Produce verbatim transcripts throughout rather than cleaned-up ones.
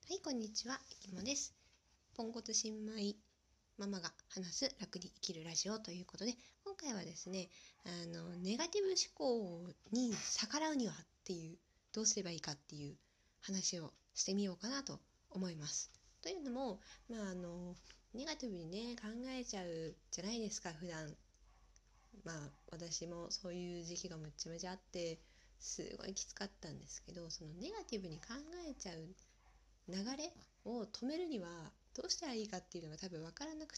はい、こんにちは、いきもです。ポンコツ新米ママが話す楽に生きるラジオということで、今回はですね、あのネガティブ思考に逆らうにはっていう、どうすればいいかっていう話をしてみようかなと思います。というのも、まああのネガティブにね考えちゃうじゃないですか、普段。まあ私もそういう時期がめちゃめちゃあって、すごいきつかったんですけど、そのネガティブに考えちゃう流れを止めるにはどうしたらいいかっていうのが多分分からなくって、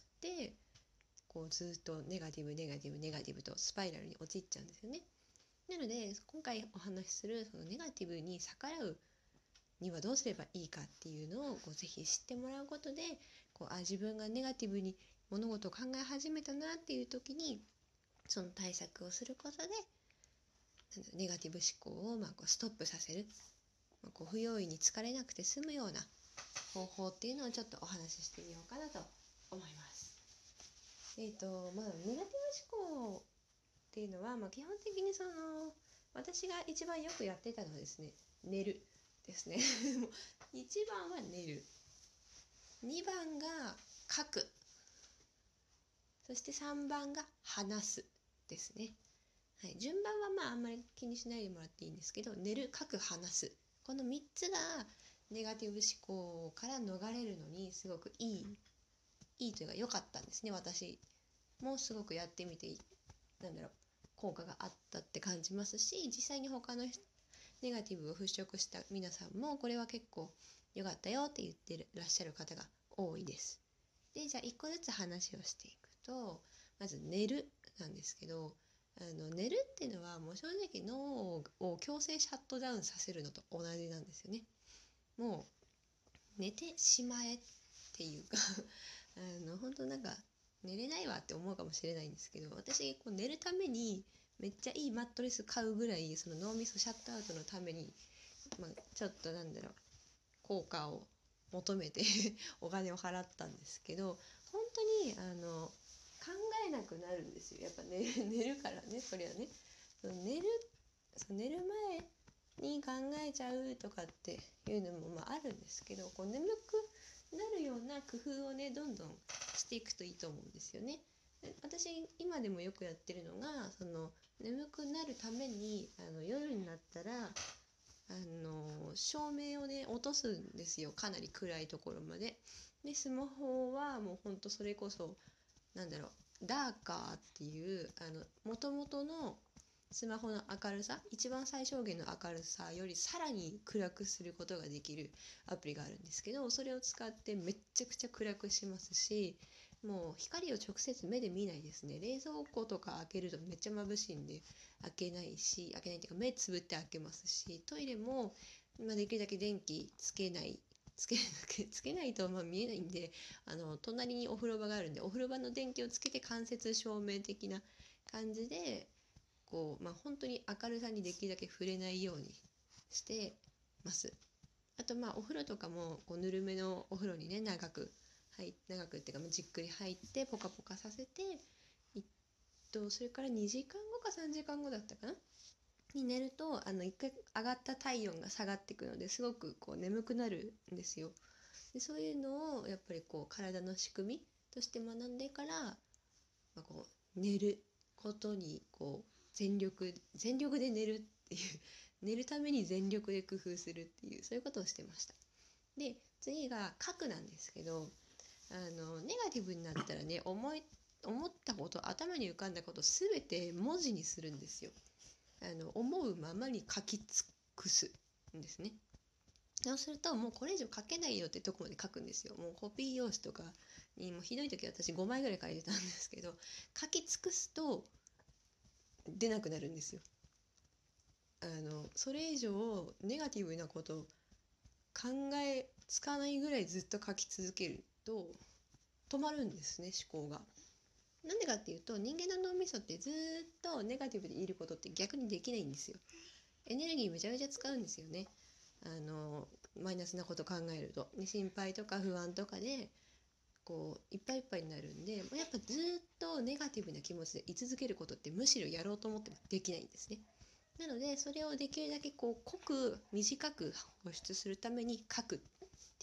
こうずっとネガティブネガティブネガティブとスパイラルに陥っちゃうんですよね。なので今回お話しするそのネガティブに逆らうにはどうすればいいかっていうのをこうぜひ知ってもらうことで、こうあ自分がネガティブに物事を考え始めたなっていう時にその対策をすることでネガティブ思考をまあこうストップさせる、まあ、こう不用意に疲れなくて済むような方法っていうのをちょっとお話ししてみようかなと思います。えっ、ー、とまあネガティブ思考っていうのは、まあ、基本的にその私が一番よくやってたのはですね、寝るですねいちばんは寝る、にばんが書く、そしてさんばんが話すですね。はい、順番はまああんまり気にしないでもらっていいんですけど、寝る、書く、話す、このみっつがネガティブ思考から逃れるのにすごくいいいいというか良かったんですね。私もすごくやってみて、なんだろう、効果があったって感じますし、実際に他のネガティブを払拭した皆さんもこれは結構良かったよって言ってらっしゃる方が多いです。で、じゃあいっこずつ話をしていくと、まず寝るなんですけど、あの寝るっていうのはもう正直脳を強制シャットダウンさせるのと同じなんですよね。もう寝てしまえっていうかあの本当なんか寝れないわって思うかもしれないんですけど、私こう寝るためにめっちゃいいマットレス買うぐらい、その脳みそシャットアウトのために、まあ、ちょっとなんだろう、効果を求めてお金を払ったんですけど、本当にあの考えなくなるんですよ。やっぱ寝る、寝るからね、そりゃね。その寝るその寝る前に考えちゃうとかっていうのもまああるんですけど、こう眠くなるような工夫をねどんどんしていくといいと思うんですよね。私今でもよくやってるのが、その眠くなるためにあの夜になったらあの照明をね落とすんですよ、かなり暗いところまで。でスマホはもうほんとそれこそなんだろう、ダーカーっていうあの元々のスマホの明るさ、一番最小限の明るさよりさらに暗くすることができるアプリがあるんですけど、それを使ってめっちゃくちゃ暗くしますし、もう光を直接目で見ないですね。冷蔵庫とか開けるとめっちゃ眩しいんで開けないし、開けないっていうか目つぶって開けますし、トイレも、まあ、できるだけ電気つけないつけつけないとまあ見えないんで、あの隣にお風呂場があるんで、お風呂場の電気をつけて間接照明的な感じで、こう、まあ、本当に明るさにできるだけ触れないようにしてます。あとまあお風呂とかもこうぬるめのお風呂にね長く入長くっていうかじっくり入ってポカポカさせて、いっとそれからにじかんごかさんじかんごだったかなに寝ると、あの一回上がった体温が下がっていくのですごくこう眠くなるんですよ。でそういうのをやっぱりこう体の仕組みとして学んでから、まあ、こう寝ることにこう全力全力で寝るっていう寝るために全力で工夫するっていう、そういうことをしてました。で次が書くなんですけど、あのネガティブになったらね、思い思ったこと、頭に浮かんだこと全て文字にするんですよ。あの思うままに書き尽くすんですね。そうするともうこれ以上書けないよってとこまで書くんですよ。もうコピー用紙とかにもひどい時は私ごまいぐらい書いてたんですけど、書き尽くすと出なくなるんですよ。あのそれ以上ネガティブなこと考えつかないぐらいずっと書き続けると止まるんですね、思考が。なんでかっていうと、人間の脳みそってずっとネガティブでいることって逆にできないんですよ。エネルギーめちゃめちゃ使うんですよね。あのマイナスなこと考えると、ね、心配とか不安とかでこういっぱいいっぱいになるんで、やっぱずっとネガティブな気持ちで居続けることってむしろやろうと思ってもできないんですね。なのでそれをできるだけこう濃く短く保湿するために書くって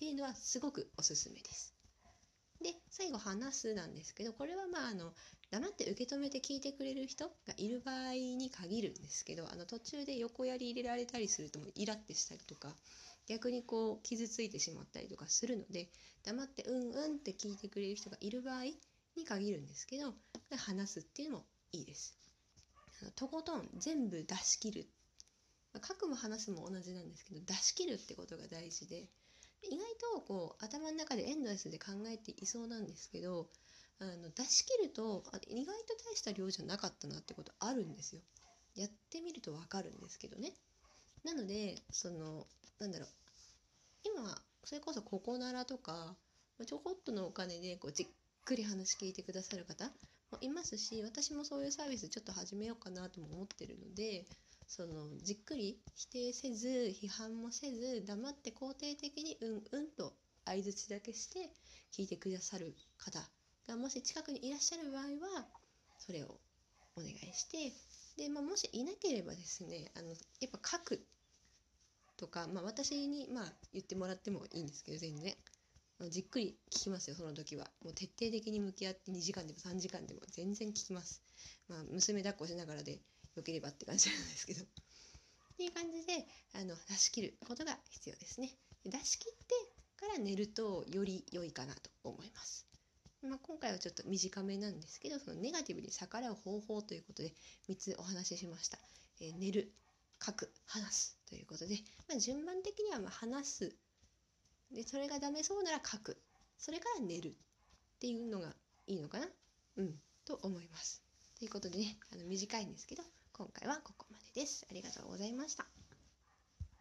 っていうのはすごくおすすめです。で最後話すなんですけど、これはまああの黙って受け止めて聞いてくれる人がいる場合に限るんですけど、あの途中で横やり入れられたりするともうイラってしたりとか、逆にこう傷ついてしまったりとかするので、黙ってうんうんって聞いてくれる人がいる場合に限るんですけど、話すっていうのもいいです。とことん全部出し切る、書くも話すも同じなんですけど、出し切るってことが大事で、意外とこう頭の中でエンドレスで考えていそうなんですけど、あの出し切ると意外と大した量じゃなかったなってことあるんですよ。やってみると分かるんですけどね。なのでそのなんだろう、今それこそココナラとかちょこっとのお金でこうじっくり話聞いてくださる方もいますし、私もそういうサービスちょっと始めようかなとも思ってるので、そのじっくり否定せず批判もせず黙って肯定的にうんうんと相づちだけして聞いてくださる方がもし近くにいらっしゃる場合はそれをお願いして、で、まあ、もしいなければですね、あのやっぱ書くとか、まあ、私にまあ言ってもらってもいいんですけど、全然じっくり聞きますよ。その時はもう徹底的に向き合ってにじかんでもさんじかんでも全然聞きます。まあ、娘抱っこしながらでよければって感じなんですけどっていう感じであの出し切ることが必要ですね。出し切ってから寝るとより良いかなと思います。まあ、今回はちょっと短めなんですけど、そのネガティブに逆らう方法ということでみっつお話ししました。えー、寝る、書く、話すということで、まあ、順番的にはまあ話すで、それがダメそうなら書く、それから寝るっていうのがいいのかな、うんと思います。ということでね、あの短いんですけど今回はここまでです。ありがとうございました。